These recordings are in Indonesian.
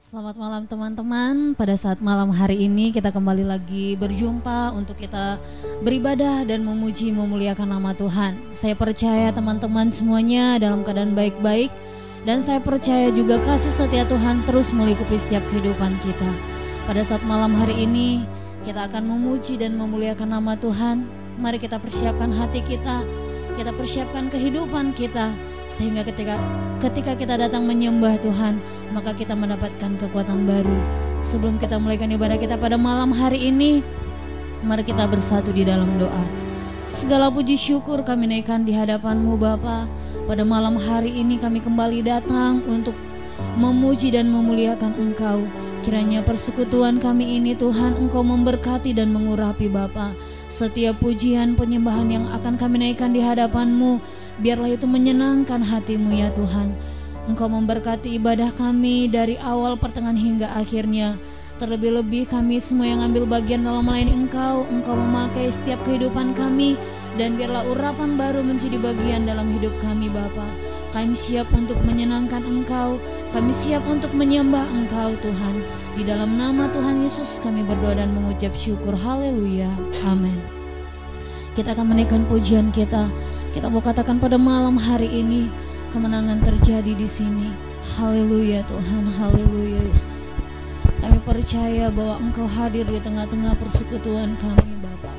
Selamat malam teman-teman. Pada saat malam hari ini kita kembali lagi berjumpa untuk kita beribadah dan memuji memuliakan nama Tuhan. Saya percaya teman-teman semuanya dalam keadaan baik-baik, dan saya percaya juga kasih setia Tuhan terus melingkupi setiap kehidupan kita. Pada saat malam hari ini kita akan memuji dan memuliakan nama Tuhan. Mari kita persiapkan hati kita persiapkan kehidupan kita, sehingga ketika kita datang menyembah Tuhan, maka kita mendapatkan kekuatan baru. Sebelum kita mulaikan ibadah kita pada malam hari ini, mari kita bersatu di dalam doa. Segala puji syukur kami naikkan di hadapan-Mu Bapa. Pada malam hari ini kami kembali datang untuk memuji dan memuliakan Engkau. Kiranya persekutuan kami ini Tuhan Engkau memberkati dan mengurapi Bapa. Setiap pujian penyembahan yang akan kami naikkan di hadapan-Mu, biarlah itu menyenangkan hati-Mu ya Tuhan. Engkau memberkati ibadah kami dari awal pertengahan hingga akhirnya. Terlebih-lebih kami semua yang ambil bagian dalam melayani Engkau memakai setiap kehidupan kami, dan biarlah urapan baru menjadi bagian dalam hidup kami Bapa. Kami siap untuk menyenangkan Engkau, kami siap untuk menyembah Engkau Tuhan. Di dalam nama Tuhan Yesus kami berdoa dan mengucap syukur. Haleluya, amin. Kita akan menaikkan pujian kita. Kita mau katakan pada malam hari ini kemenangan terjadi di sini. Haleluya Tuhan, haleluya Yesus. Kami percaya bahwa Engkau hadir di tengah-tengah persekutuan kami Bapa.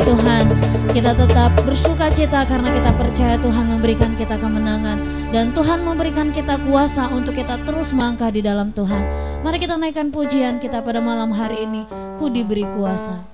kasih Tuhan, kita tetap bersuka cita karena kita percaya Tuhan memberikan kita kemenangan dan Tuhan memberikan kita kuasa untuk kita terus melangkah di dalam Tuhan. Mari kita naikkan pujian kita pada malam hari ini, Ku diberi kuasa.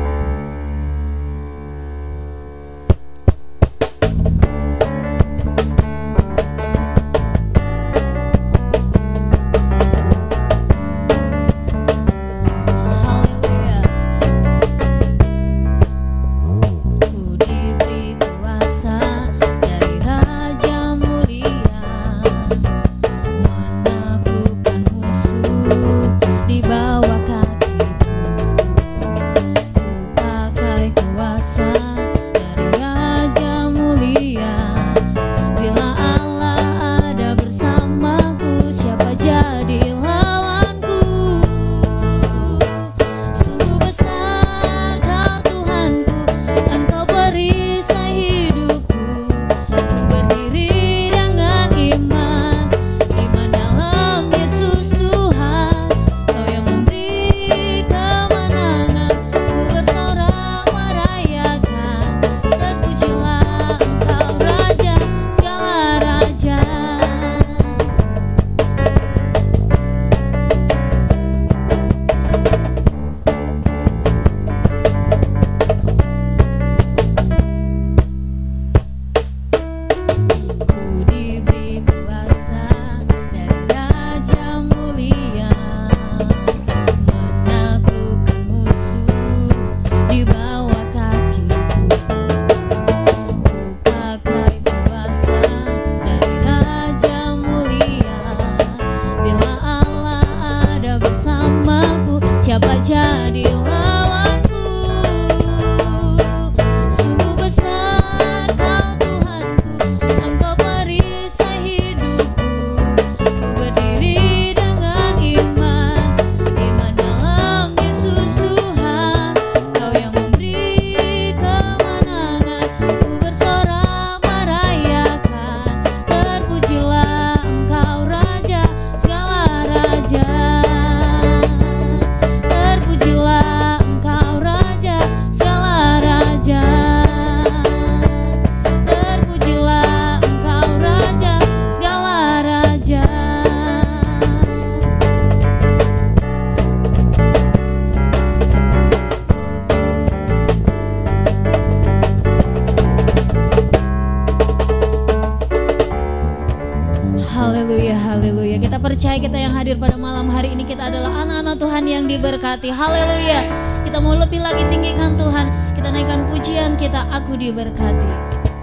Kita yang hadir pada malam hari ini, kita adalah anak-anak Tuhan yang diberkati. Haleluya. Kita mau lebih lagi tinggikan Tuhan. Kita naikkan pujian kita, Aku diberkati.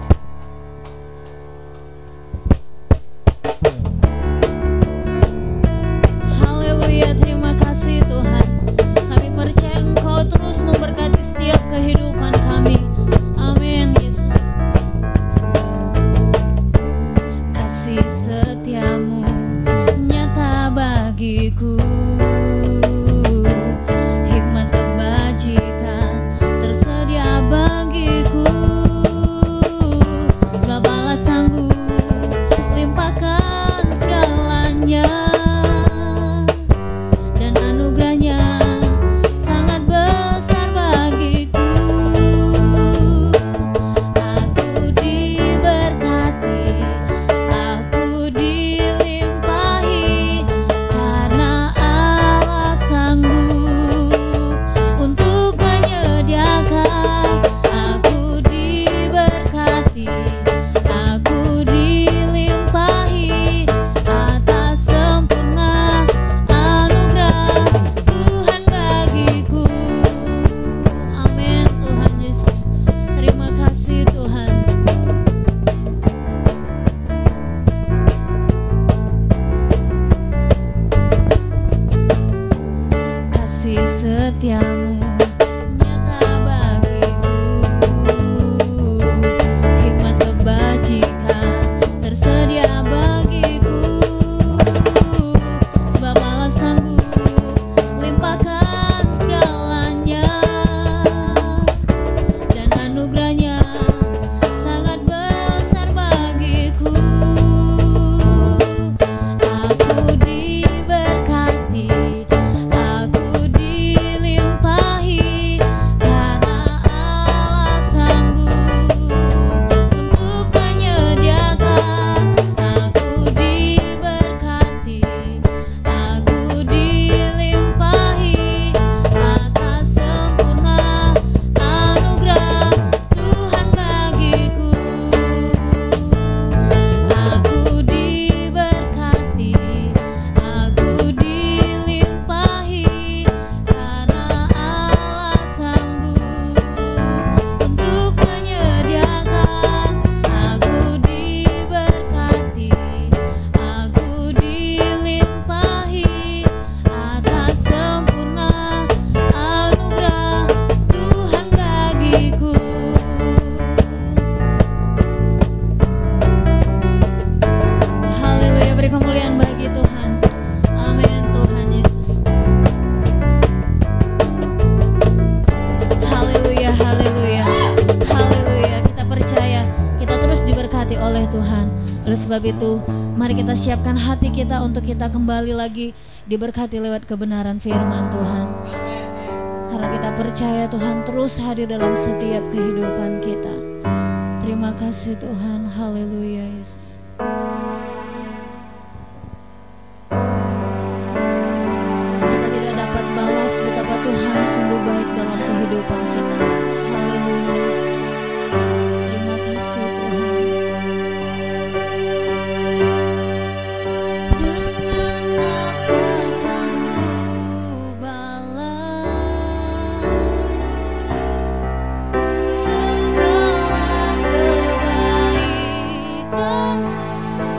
Haleluya, terima kasih Tuhan. Kami percaya Engkau terus memberkati setiap kehidupan kami. Amin Yesus. Kasih setiamu bagiku, hikmat kebajikan tersedia bagiku, sebab Allah sanggup limpahkan segalanya, dan anugerahnya sangat besar bagiku. Aku diberkati, aku dilimpahi, karena Allah sanggup untuk menyediakan. Aku diberkati, aku dilimpahi atas sempurna anugerah Tuhan bagiku. Amin Tuhan Yesus. Terima kasih Tuhan. Kasih setiamu nyata bagiku, hikmat kebajikan tersedia bagiku, sebab Allah sanggup limpahkan segalanya, dan anugerahnya sangat besar bagiku. Aku diberkati, aku dilimpahi sebab itu, mari kita siapkan hati kita untuk kita kembali lagi diberkati lewat kebenaran firman Tuhan. Karena kita percaya Tuhan terus hadir dalam setiap kehidupan kita. Terima kasih Tuhan, haleluya Yesus. Kita tidak dapat balas betapa Tuhan sungguh baik dalam kehidupan kita. Haleluya Yesus. Terima kasih Tuhan. Dengan apa kan ku balas segala kebaikanmu?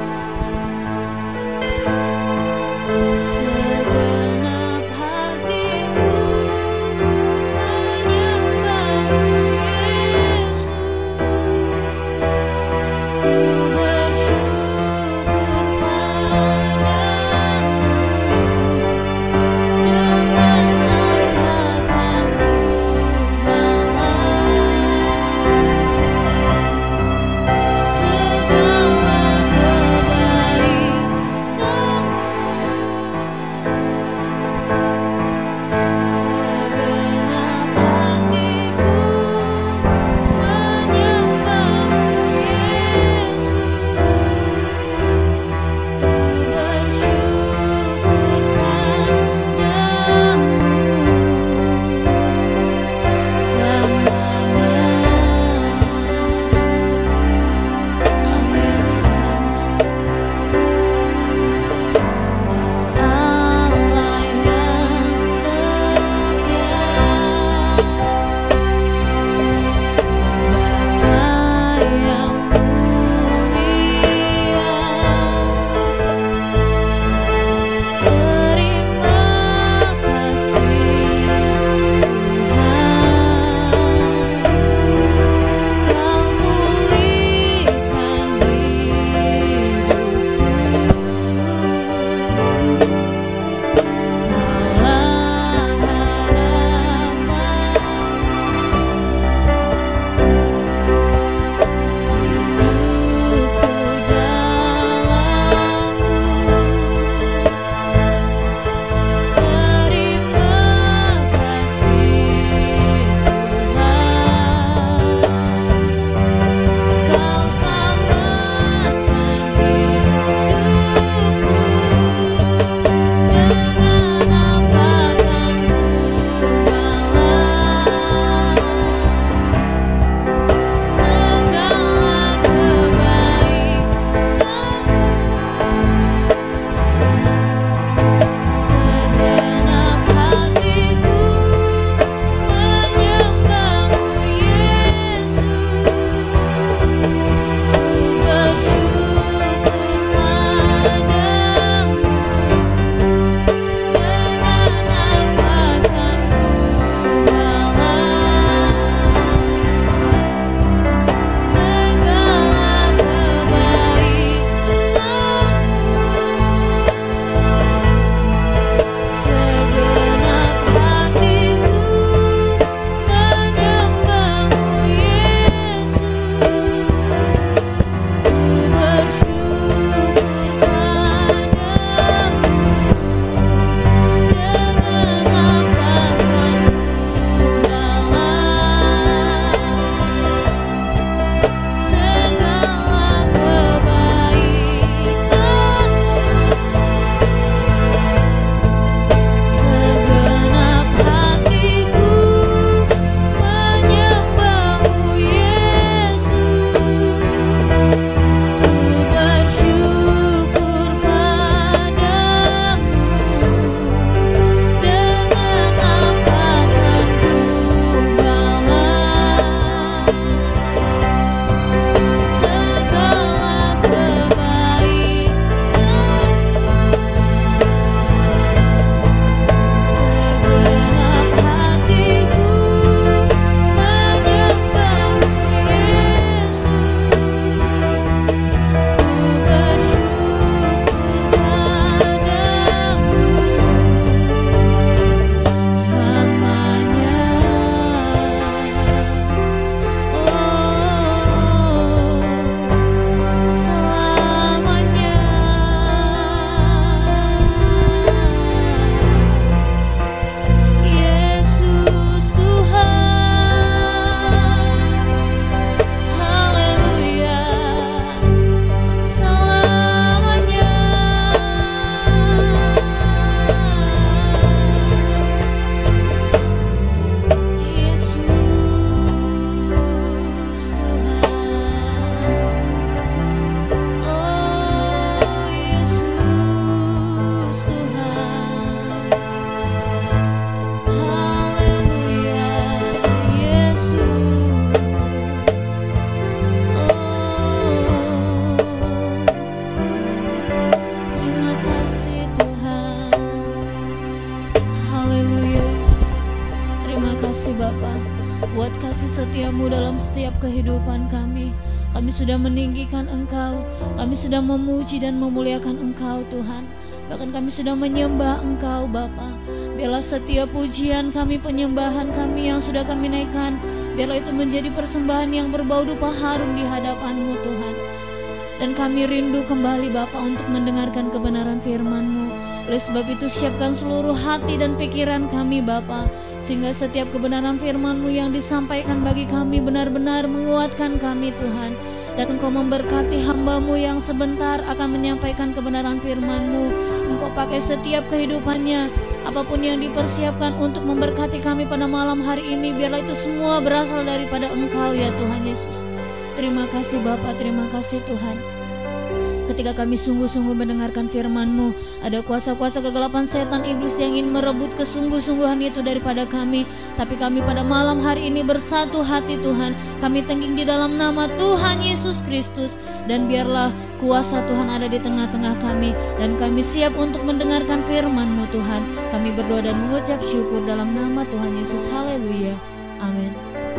Bapa, buat kasih setia-Mu dalam setiap kehidupan kami. Kami sudah meninggikan Engkau, kami sudah memuji dan memuliakan Engkau Tuhan. Bahkan kami sudah menyembah Engkau Bapa. Biarlah setiap pujian kami, penyembahan kami yang sudah kami naikkan, biarlah itu menjadi persembahan yang berbau dupa harum di hadapan-Mu Tuhan. Dan kami rindu kembali Bapa untuk mendengarkan kebenaran firman-Mu. Oleh sebab itu siapkan seluruh hati dan pikiran kami Bapa, sehingga setiap kebenaran firman-Mu yang disampaikan bagi kami benar-benar menguatkan kami Tuhan. Dan Engkau memberkati hamba-Mu yang sebentar akan menyampaikan kebenaran firman-Mu. Engkau pakai setiap kehidupannya, apapun yang dipersiapkan untuk memberkati kami pada malam hari ini, biarlah itu semua berasal daripada Engkau ya Tuhan Yesus. Terima kasih Bapa, terima kasih Tuhan. Ketika kami sungguh-sungguh mendengarkan firman-Mu, ada kuasa-kuasa kegelapan setan iblis yang ingin merebut kesungguh-sungguhan itu daripada kami. Tapi kami pada malam hari ini bersatu hati Tuhan. Kami tengging di dalam nama Tuhan Yesus Kristus. Dan biarlah kuasa Tuhan ada di tengah-tengah kami. Dan kami siap untuk mendengarkan firman-Mu Tuhan. Kami berdoa dan mengucap syukur dalam nama Tuhan Yesus. Haleluya. Amin.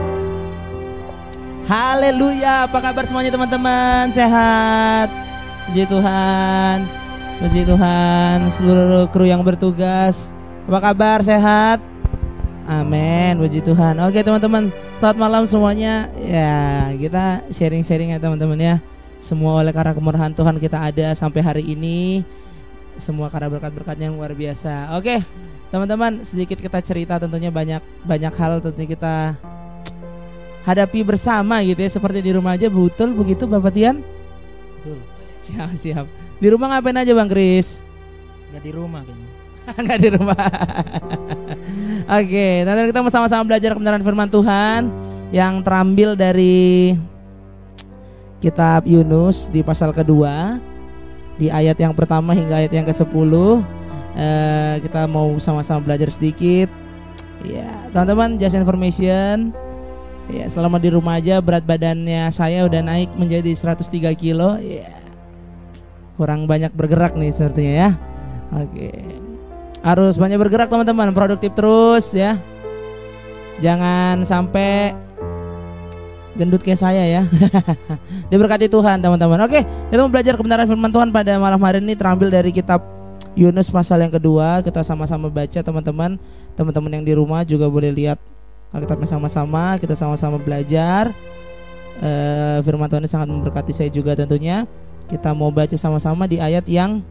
Haleluya, apa kabar semuanya teman-teman? Sehat? Puji Tuhan, puji Tuhan. Seluruh kru yang bertugas, apa kabar? Sehat? Amin, puji Tuhan. Oke teman-teman, selamat malam semuanya. Ya, kita sharing-sharing ya teman-teman ya. Semua oleh karena kemurahan Tuhan kita ada sampai hari ini. Semua karena berkat-berkatnya yang luar biasa. Oke teman-teman, sedikit kita cerita, tentunya banyak hal tentunya kita hadapi bersama gitu ya. Seperti di rumah aja, betul begitu Bapak Tian? Betul. Siap. Di rumah ngapain aja Bang Kris? Nggak di rumah kayaknya. Nggak di rumah. Oke, nanti kita sama-sama belajar kebenaran firman Tuhan yang terambil dari kitab Yunus di pasal kedua, di ayat yang pertama hingga ayat yang ke-10. Kita mau sama-sama belajar sedikit. Ya, teman-teman, just information. Ya, selama di rumah aja berat badannya saya udah naik menjadi 103 kilo. Ya, kurang banyak bergerak nih sepertinya ya. Oke, harus banyak bergerak teman-teman, produktif terus ya. Jangan sampai gendut kayak saya ya. Diberkati Tuhan teman-teman. Oke, kita mau belajar kebenaran firman Tuhan pada malam hari ini terambil dari kitab Yunus pasal yang kedua. Kita sama-sama baca teman-teman. Teman-teman yang di rumah juga boleh lihat Alkitabnya sama-sama, kita sama-sama belajar. Firman Tuhan ini sangat memberkati saya juga tentunya. Kita mau baca sama-sama di ayat yang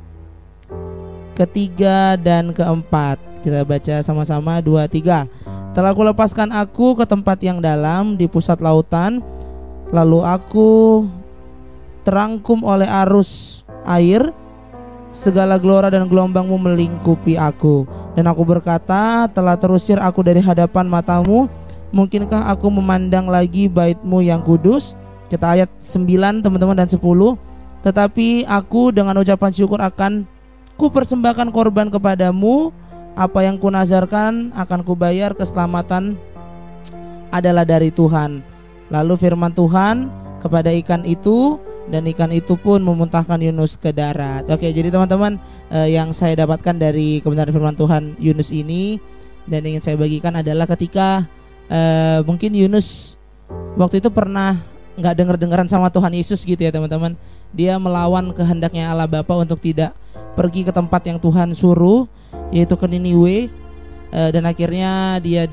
ketiga dan keempat. Kita baca sama-sama 2, 3. Telah kulepaskan aku ke tempat yang dalam di pusat lautan, lalu aku terangkum oleh arus air. Segala gelora dan gelombangmu melingkupi aku. Dan aku berkata, telah terusir aku dari hadapan matamu. Mungkinkah aku memandang lagi baitmu yang kudus? Kita ayat 9 teman-teman dan 10. Tetapi aku dengan ucapan syukur akan kupersembahkan korban kepadamu. Apa yang kunazarkan akan kubayar, keselamatan adalah dari Tuhan. Lalu firman Tuhan kepada ikan itu, dan ikan itu pun memuntahkan Yunus ke darat. Oke, jadi teman-teman, yang saya dapatkan dari kebenaran firman Tuhan Yunus ini dan ingin saya bagikan adalah ketika mungkin Yunus waktu itu pernah nggak dengar-dengaran sama Tuhan Yesus gitu ya teman-teman. Dia melawan kehendaknya Allah Bapa untuk tidak pergi ke tempat yang Tuhan suruh, yaitu ke Niniwe, dan akhirnya dia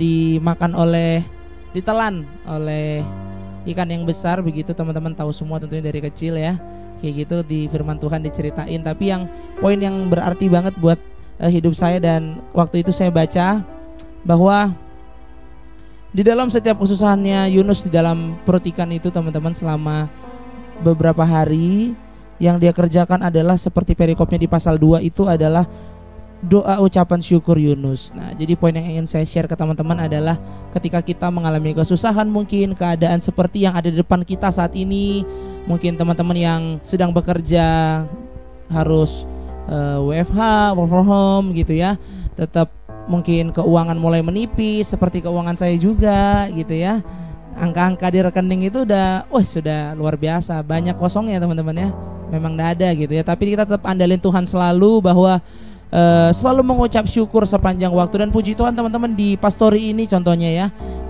ditelan oleh ikan yang besar begitu. Teman-teman tahu semua tentunya dari kecil ya, kayak gitu di firman Tuhan diceritain. Tapi yang poin yang berarti banget buat hidup saya, dan waktu itu saya baca bahwa di dalam setiap kesusahannya Yunus di dalam perut ikan itu teman-teman, selama beberapa hari yang dia kerjakan adalah seperti perikopnya di pasal 2 itu adalah doa ucapan syukur Yunus. Nah, jadi poin yang ingin saya share ke teman-teman adalah ketika kita mengalami kesusahan, mungkin keadaan seperti yang ada di depan kita saat ini, mungkin teman-teman yang sedang bekerja harus WFH, work from home gitu ya, tetap mungkin keuangan mulai menipis seperti keuangan saya juga gitu ya. Angka-angka di rekening itu sudah luar biasa, banyak kosongnya teman-teman ya. Memang tidak ada gitu ya, tapi kita tetap andalin Tuhan selalu, bahwa selalu mengucap syukur sepanjang waktu. Dan puji Tuhan teman-teman, di pastori ini contohnya ya,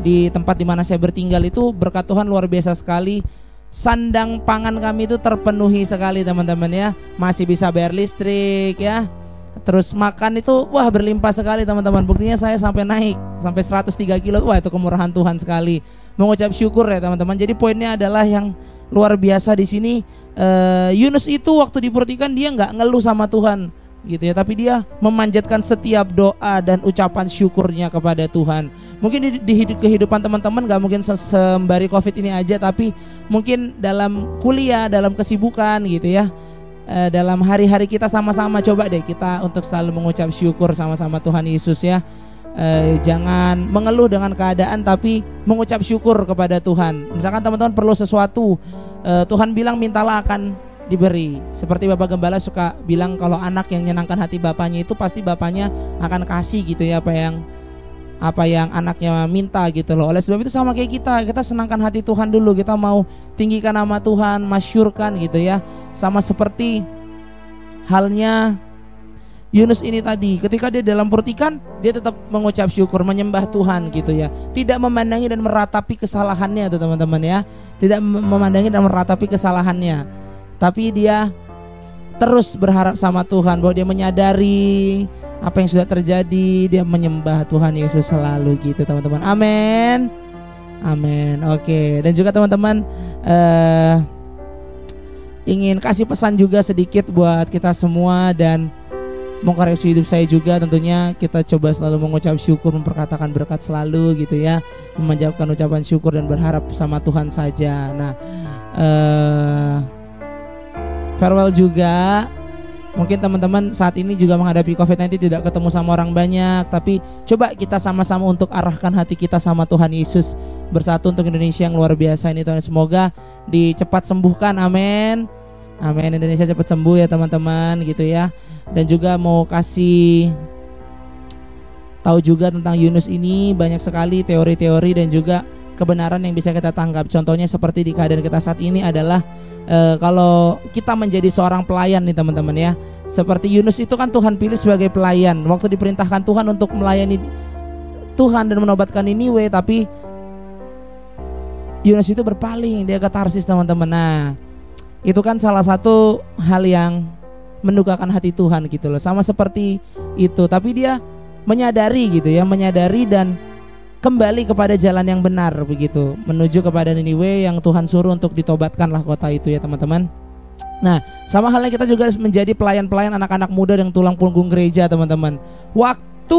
di tempat di mana saya bertinggal itu berkat Tuhan luar biasa sekali. Sandang pangan kami itu terpenuhi sekali teman-teman ya. Masih bisa bayar listrik ya. Terus makan itu wah berlimpah sekali teman-teman. Buktinya saya sampai naik sampai 103 kilo. Wah itu kemurahan Tuhan sekali. Mengucap syukur ya teman-teman. Jadi poinnya adalah yang luar biasa di sini, Yunus itu waktu di perut ikan dia nggak ngeluh sama Tuhan gitu ya, tapi dia memanjatkan setiap doa dan ucapan syukurnya kepada Tuhan. Mungkin di kehidupan teman-teman gak mungkin sembari COVID ini aja, tapi mungkin dalam kuliah, dalam kesibukan gitu ya, dalam hari-hari kita sama-sama coba deh kita untuk selalu mengucap syukur sama-sama Tuhan Yesus ya. Jangan mengeluh dengan keadaan, tapi mengucap syukur kepada Tuhan. Misalkan teman-teman perlu sesuatu, Tuhan bilang mintalah akan diberi. Seperti Bapak Gembala suka bilang kalau anak yang menyenangkan hati bapaknya itu pasti bapaknya akan kasih gitu ya apa yang anaknya minta gitu loh. Oleh sebab itu sama kayak kita senangkan hati Tuhan dulu. Kita mau tinggikan nama Tuhan, masyurkan gitu ya. Sama seperti halnya Yunus ini tadi, ketika dia dalam perut ikan, dia tetap mengucap syukur, menyembah Tuhan gitu ya. Tidak memandangi dan meratapi kesalahannya tuh teman-teman ya. Tidak memandangi dan meratapi kesalahannya, tapi dia terus berharap sama Tuhan, bahwa dia menyadari apa yang sudah terjadi. Dia menyembah Tuhan Yesus selalu gitu teman-teman. Amin. Amin. Oke. Dan juga teman-teman ingin kasih pesan juga sedikit buat kita semua dan mengkoreksi hidup saya juga. Tentunya kita coba selalu mengucap syukur, memperkatakan berkat selalu gitu ya, memanjatkan ucapan syukur dan berharap sama Tuhan saja. Nah farewell juga. Mungkin teman-teman saat ini juga menghadapi COVID-19, tidak ketemu sama orang banyak, tapi coba kita sama-sama untuk arahkan hati kita sama Tuhan Yesus, bersatu untuk Indonesia yang luar biasa ini Tuhan. Semoga dicepat sembuhkan, amin. Amin, Indonesia cepat sembuh ya teman-teman gitu ya. Dan juga mau kasih tahu juga tentang Yunus ini, banyak sekali teori-teori dan juga kebenaran yang bisa kita tangkap. Contohnya seperti di keadaan kita saat ini adalah kalau kita menjadi seorang pelayan nih teman-teman ya. Seperti Yunus itu kan Tuhan pilih sebagai pelayan. Waktu diperintahkan Tuhan untuk melayani Tuhan dan menobatkan Niniwe, tapi Yunus itu berpaling, dia ke Tarsis teman-teman. Nah itu kan salah satu hal yang mendukakan hati Tuhan gitu loh. Sama seperti itu, tapi dia menyadari gitu ya, menyadari dan kembali kepada jalan yang benar begitu, menuju kepada Niniwe yang Tuhan suruh untuk ditobatkanlah kota itu ya teman-teman. Nah sama halnya kita juga menjadi pelayan-pelayan anak-anak muda yang tulang punggung gereja teman-teman. Waktu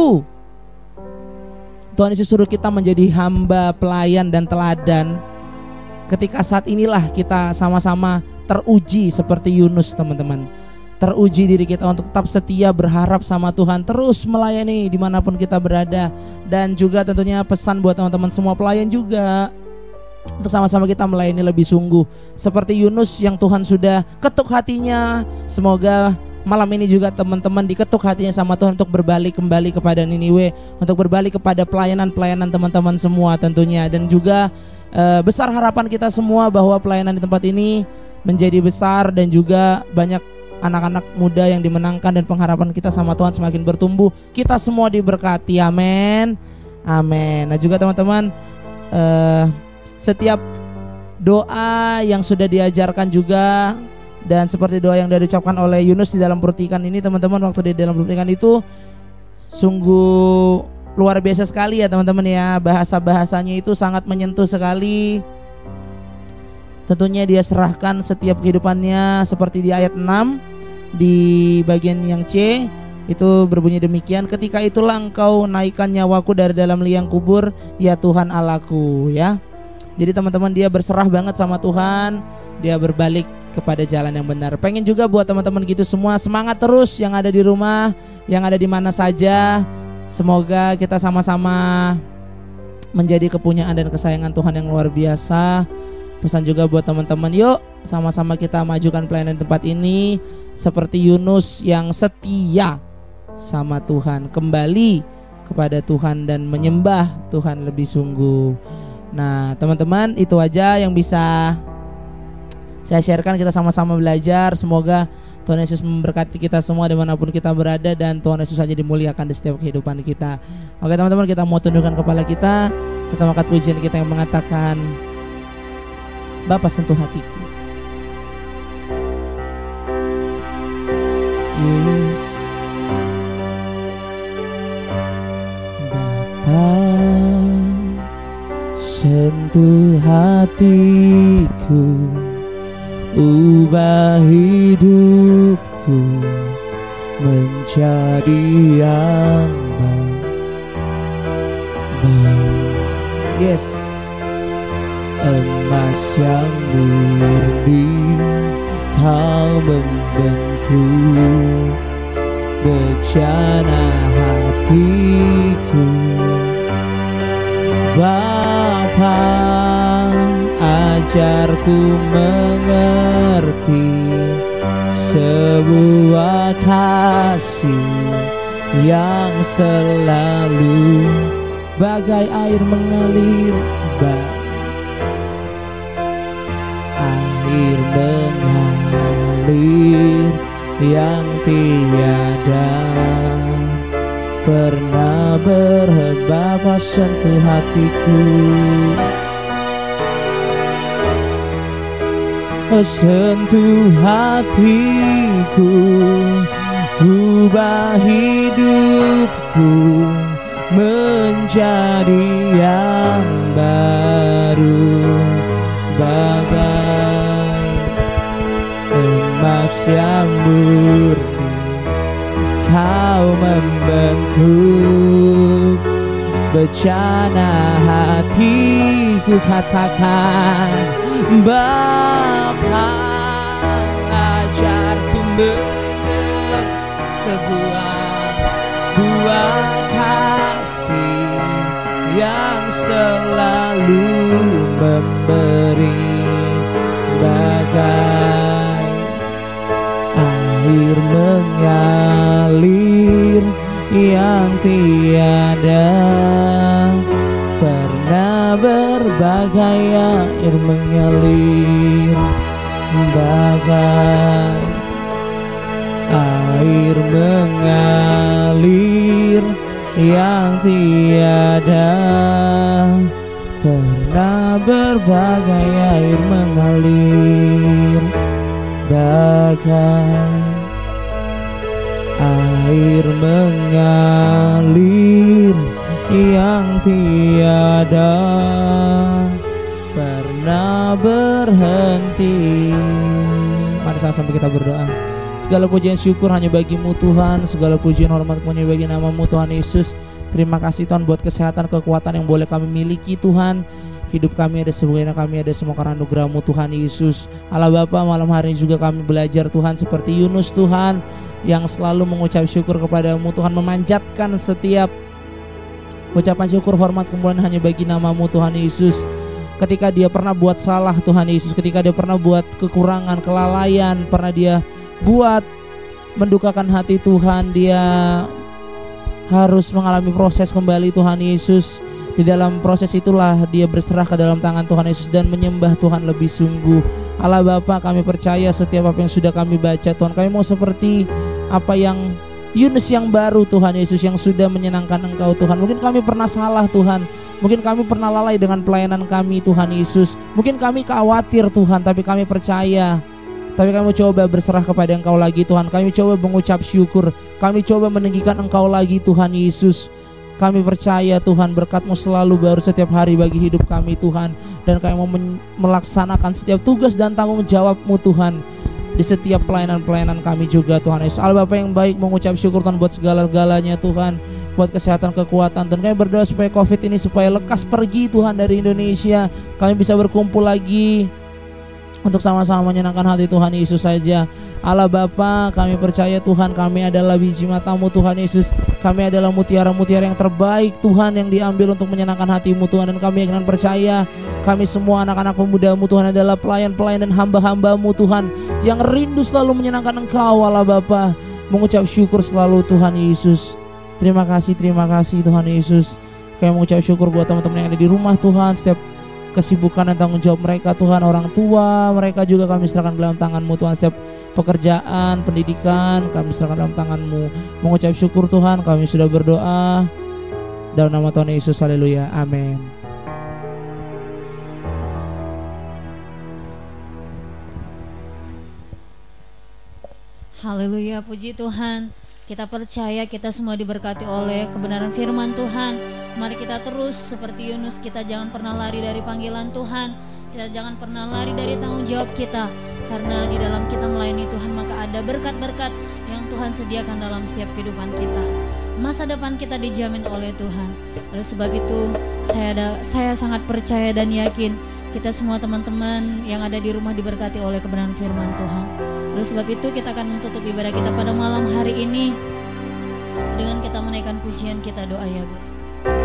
Tuhan Yesus suruh kita menjadi hamba, pelayan dan teladan, ketika saat inilah kita sama-sama teruji seperti Yunus teman-teman. Teruji diri kita untuk tetap setia, berharap sama Tuhan, terus melayani dimanapun kita berada. Dan juga tentunya pesan buat teman-teman semua pelayan juga, untuk sama-sama kita melayani lebih sungguh seperti Yunus yang Tuhan sudah ketuk hatinya. Semoga malam ini juga teman-teman diketuk hatinya sama Tuhan untuk berbalik kembali kepada Niniwe, untuk berbalik kepada pelayanan-pelayanan teman-teman semua tentunya. Dan juga besar harapan kita semua bahwa pelayanan di tempat ini menjadi besar dan juga banyak anak-anak muda yang dimenangkan, dan pengharapan kita sama Tuhan semakin bertumbuh. Kita semua diberkati, amin. Amin. Nah juga teman-teman, setiap doa yang sudah diajarkan juga, dan seperti doa yang sudah diucapkan oleh Yunus di dalam perut ikan ini teman-teman, waktu di dalam perut ikan itu sungguh luar biasa sekali ya teman-teman ya. Bahasa-bahasanya itu sangat menyentuh sekali. Tentunya dia serahkan setiap kehidupannya, seperti di ayat 6 di bagian yang C itu berbunyi demikian, ketika itulah engkau naikkan nyawaku dari dalam liang kubur ya Tuhan Allahku ya. Jadi teman-teman dia berserah banget sama Tuhan, dia berbalik kepada jalan yang benar. Pengen juga buat teman-teman gitu semua, semangat terus yang ada di rumah, yang ada di mana saja. Semoga kita sama-sama menjadi kepunyaan dan kesayangan Tuhan yang luar biasa. Pesan juga buat teman-teman, yuk sama-sama kita majukan pelayanan tempat ini seperti Yunus yang setia sama Tuhan, kembali kepada Tuhan dan menyembah Tuhan lebih sungguh. Nah teman-teman, itu aja yang bisa saya sharekan. Kita sama-sama belajar. Semoga Tuhan Yesus memberkati kita semua dimanapun kita berada, dan Tuhan Yesus saja dimuliakan di setiap kehidupan kita. Oke teman-teman, kita mau tundukkan kepala kita. Kita angkat pujian kita yang mengatakan, Bapa sentuh hatiku. Yes. Bapa sentuh hatiku, ubah hidupku menjadi yang baik. Yes. Emas yang murni Kau membentuk bejana hatiku. Bapa, ajarku mengerti sebuah kasih yang selalu bagai air mengalir, air mengalir yang tiada pernah berhenti. Bapa sentuh hatiku, sentuh hatiku, ubah hidupku menjadi yang baru, bagai emas yang murni Kau membentuk bejana hatiku. Katakan, Bapa, ajarku mengerti sebuah buah kasih yang selalu memberi, bagai air mengalir yang tiada pernah berbagai air mengalir, bagai air mengalir yang tiada pernah berbagai air mengalir, bagai air mengalir yang tiada pernah berhenti. Mari sama-sama kita berdoa. Segala pujian syukur hanya bagimu Tuhan, segala pujian hormat hanya bagi namamu Tuhan Yesus. Terima kasih Tuhan buat kesehatan, kekuatan yang boleh kami miliki Tuhan. Hidup kami ada sebagaimana kami ada semua karena anugerah-Mu Tuhan Yesus. Allah Bapa, malam hari ini juga kami belajar Tuhan seperti Yunus Tuhan, yang selalu mengucap syukur kepada-Mu Tuhan, memanjatkan setiap ucapan syukur, hormat, kemuliaan hanya bagi namamu Tuhan Yesus. Ketika dia pernah buat salah Tuhan Yesus, ketika dia pernah buat kekurangan, kelalaian, pernah dia buat mendukakan hati Tuhan, dia harus mengalami proses kembali Tuhan Yesus. Di dalam proses itulah dia berserah ke dalam tangan Tuhan Yesus dan menyembah Tuhan lebih sungguh. Allah Bapa, kami percaya setiap apa yang sudah kami baca Tuhan, kami mau seperti apa yang Yunus yang baru Tuhan Yesus, yang sudah menyenangkan Engkau Tuhan. Mungkin kami pernah salah Tuhan, mungkin kami pernah lalai dengan pelayanan kami Tuhan Yesus, mungkin kami khawatir Tuhan, tapi kami percaya, tapi kami coba berserah kepada Engkau lagi Tuhan. Kami coba mengucap syukur, kami coba meninggikan Engkau lagi Tuhan Yesus. Kami percaya Tuhan, berkat-Mu selalu baru setiap hari bagi hidup kami Tuhan, dan kami mau melaksanakan setiap tugas dan tanggung jawab-Mu Tuhan di setiap pelayanan-pelayanan kami juga Tuhan Yesus. Allah Bapa yang baik, mengucap syukur Tuhan buat segala-galanya Tuhan, buat kesehatan, kekuatan, dan kami berdoa supaya COVID ini supaya lekas pergi Tuhan dari Indonesia. Kami bisa berkumpul lagi untuk sama-sama menyenangkan hati Tuhan Yesus saja. Allah Bapa, kami percaya Tuhan, kami adalah biji mata-Mu Tuhan Yesus. Kami adalah mutiara-mutiara yang terbaik Tuhan, yang diambil untuk menyenangkan hati-Mu Tuhan. Dan kami akan percaya kami semua anak-anak pemuda-Mu Tuhan adalah pelayan-pelayan dan hamba-hamba-Mu Tuhan, yang rindu selalu menyenangkan Engkau Allah Bapa. Mengucap syukur selalu Tuhan Yesus. Terima kasih Tuhan Yesus. Kami mengucap syukur buat teman-teman yang ada di rumah Tuhan, setiap kesibukan dan tanggung jawab mereka Tuhan, orang tua mereka juga kami serahkan dalam tangan-Mu Tuhan. Setiap pekerjaan, pendidikan kami serahkan dalam tangan-Mu. Mengucap syukur Tuhan, kami sudah berdoa dalam nama Tuhan Yesus, haleluya, amin. Haleluya, puji Tuhan. Kita percaya kita semua diberkati oleh kebenaran firman Tuhan. Mari kita terus seperti Yunus, kita jangan pernah lari dari panggilan Tuhan. Kita jangan pernah lari dari tanggung jawab kita. Karena di dalam kita melayani Tuhan, maka ada berkat-berkat yang Tuhan sediakan dalam setiap kehidupan kita. Masa depan kita dijamin oleh Tuhan. Oleh sebab itu saya sangat percaya dan yakin kita semua teman-teman yang ada di rumah diberkati oleh kebenaran firman Tuhan. Oleh sebab itu kita akan menutup ibadah kita pada malam hari ini dengan kita menaikkan pujian kita, doa Yabes.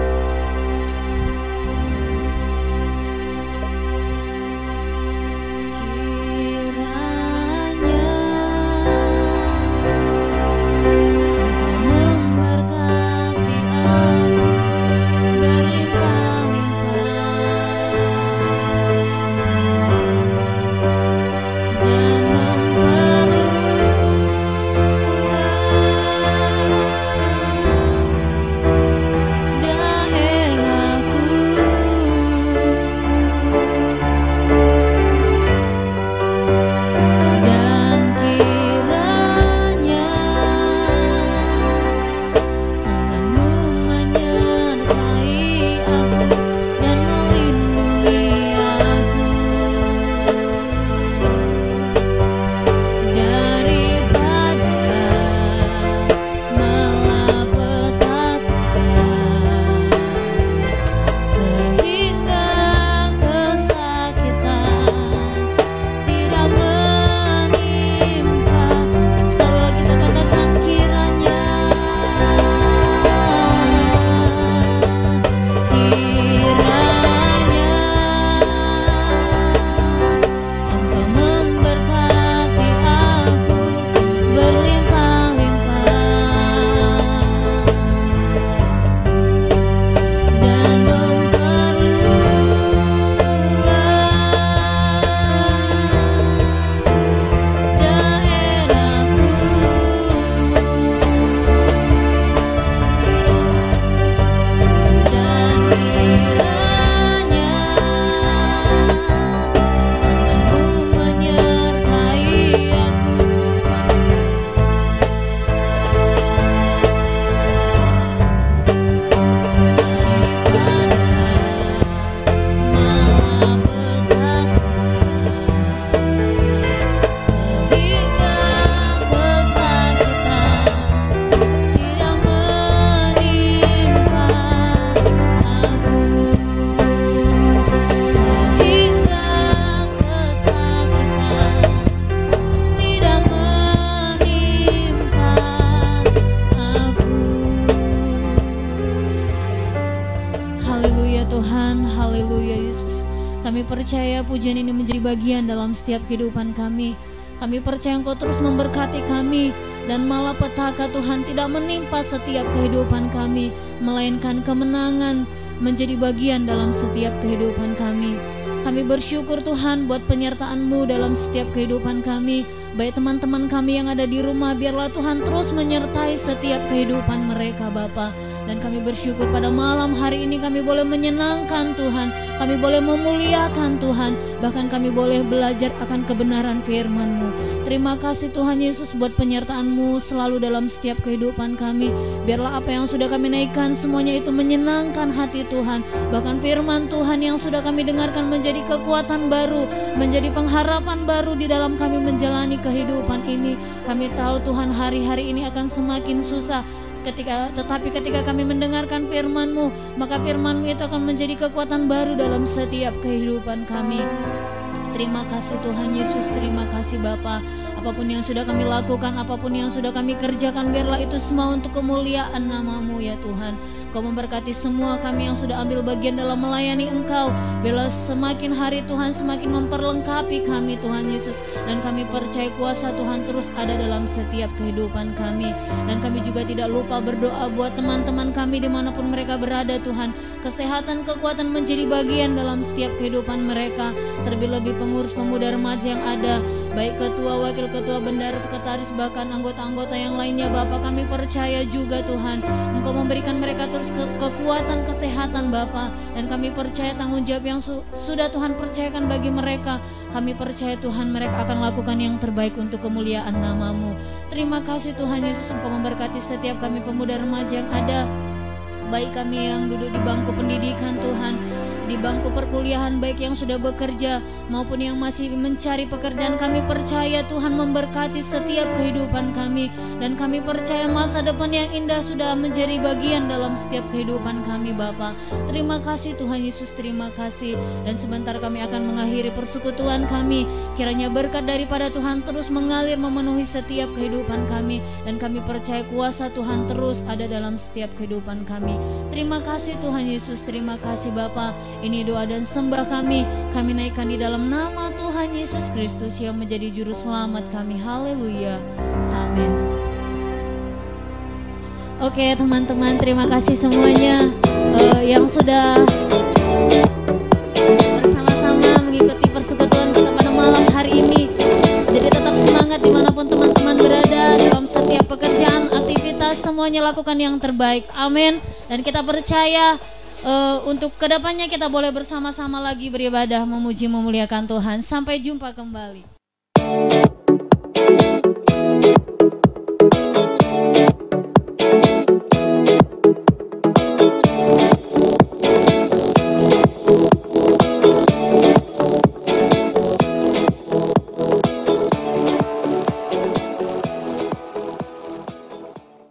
Percaya pujian ini menjadi bagian dalam setiap kehidupan kami. Kami percaya Engkau terus memberkati kami, dan malapetaka Tuhan tidak menimpa setiap kehidupan kami, melainkan kemenangan menjadi bagian dalam setiap kehidupan kami. Kami bersyukur Tuhan buat penyertaan-Mu dalam setiap kehidupan kami. Baik teman-teman kami yang ada di rumah, biarlah Tuhan terus menyertai setiap kehidupan mereka Bapa. Dan kami bersyukur pada malam hari ini kami boleh menyenangkan Tuhan, kami boleh memuliakan Tuhan, bahkan kami boleh belajar akan kebenaran firman-Mu. Terima kasih Tuhan Yesus buat penyertaan-Mu selalu dalam setiap kehidupan kami. Biarlah apa yang sudah kami naikkan semuanya itu menyenangkan hati Tuhan. Bahkan firman Tuhan yang sudah kami dengarkan menjadi kekuatan baru, menjadi pengharapan baru di dalam kami menjalani kehidupan ini. Kami tahu Tuhan hari-hari ini akan semakin susah, tetapi ketika kami mendengarkan firman-Mu, maka firman-Mu itu akan menjadi kekuatan baru dalam setiap kehidupan kami. Terima kasih Tuhan Yesus, terima kasih Bapa. Apapun yang sudah kami lakukan, apapun yang sudah kami kerjakan, biarlah itu semua untuk kemuliaan nama-Mu ya Tuhan. Kau memberkati semua kami yang sudah ambil bagian dalam melayani Engkau. Biarlah semakin hari Tuhan semakin memperlengkapi kami Tuhan Yesus. Dan kami percaya kuasa Tuhan terus ada dalam setiap kehidupan kami. Dan kami juga tidak lupa berdoa buat teman-teman kami dimanapun mereka berada Tuhan. Kesehatan, kekuatan menjadi bagian dalam setiap kehidupan mereka. Terlebih-lebih pengurus pemuda remaja yang ada, baik ketua, wakil ketua bendara, sekretaris, bahkan anggota-anggota yang lainnya Bapak, kami percaya juga Tuhan Engkau memberikan mereka terus kekuatan, kesehatan Bapak, dan kami percaya tanggung jawab yang sudah Tuhan percayakan bagi mereka, kami percaya Tuhan mereka akan lakukan yang terbaik untuk kemuliaan nama-Mu. Terima kasih Tuhan Yesus, Engkau memberkati setiap kami pemuda remaja yang ada, baik kami yang duduk di bangku pendidikan Tuhan, di bangku perkuliahan, baik yang sudah bekerja maupun yang masih mencari pekerjaan. Kami percaya Tuhan memberkati setiap kehidupan kami, dan kami percaya masa depan yang indah sudah menjadi bagian dalam setiap kehidupan kami Bapa. Terima kasih Tuhan Yesus, terima kasih. Dan sebentar kami akan mengakhiri persekutuan kami, kiranya berkat daripada Tuhan terus mengalir memenuhi setiap kehidupan kami, dan kami percaya kuasa Tuhan terus ada dalam setiap kehidupan kami. Terima kasih Tuhan Yesus, terima kasih Bapa. Ini doa dan sembah kami naikkan di dalam nama Tuhan Yesus Kristus yang menjadi juru selamat kami. Haleluya, amin. Oke teman-teman, terima kasih semuanya yang sudah bersama-sama mengikuti persekutuan kita pada malam hari ini. Jadi tetap semangat dimanapun teman-teman berada, dalam setiap pekerjaan, aktivitas, semuanya lakukan yang terbaik, amin. Dan kita percaya untuk kedepannya kita boleh bersama-sama lagi beribadah, memuji, memuliakan Tuhan. Sampai jumpa kembali.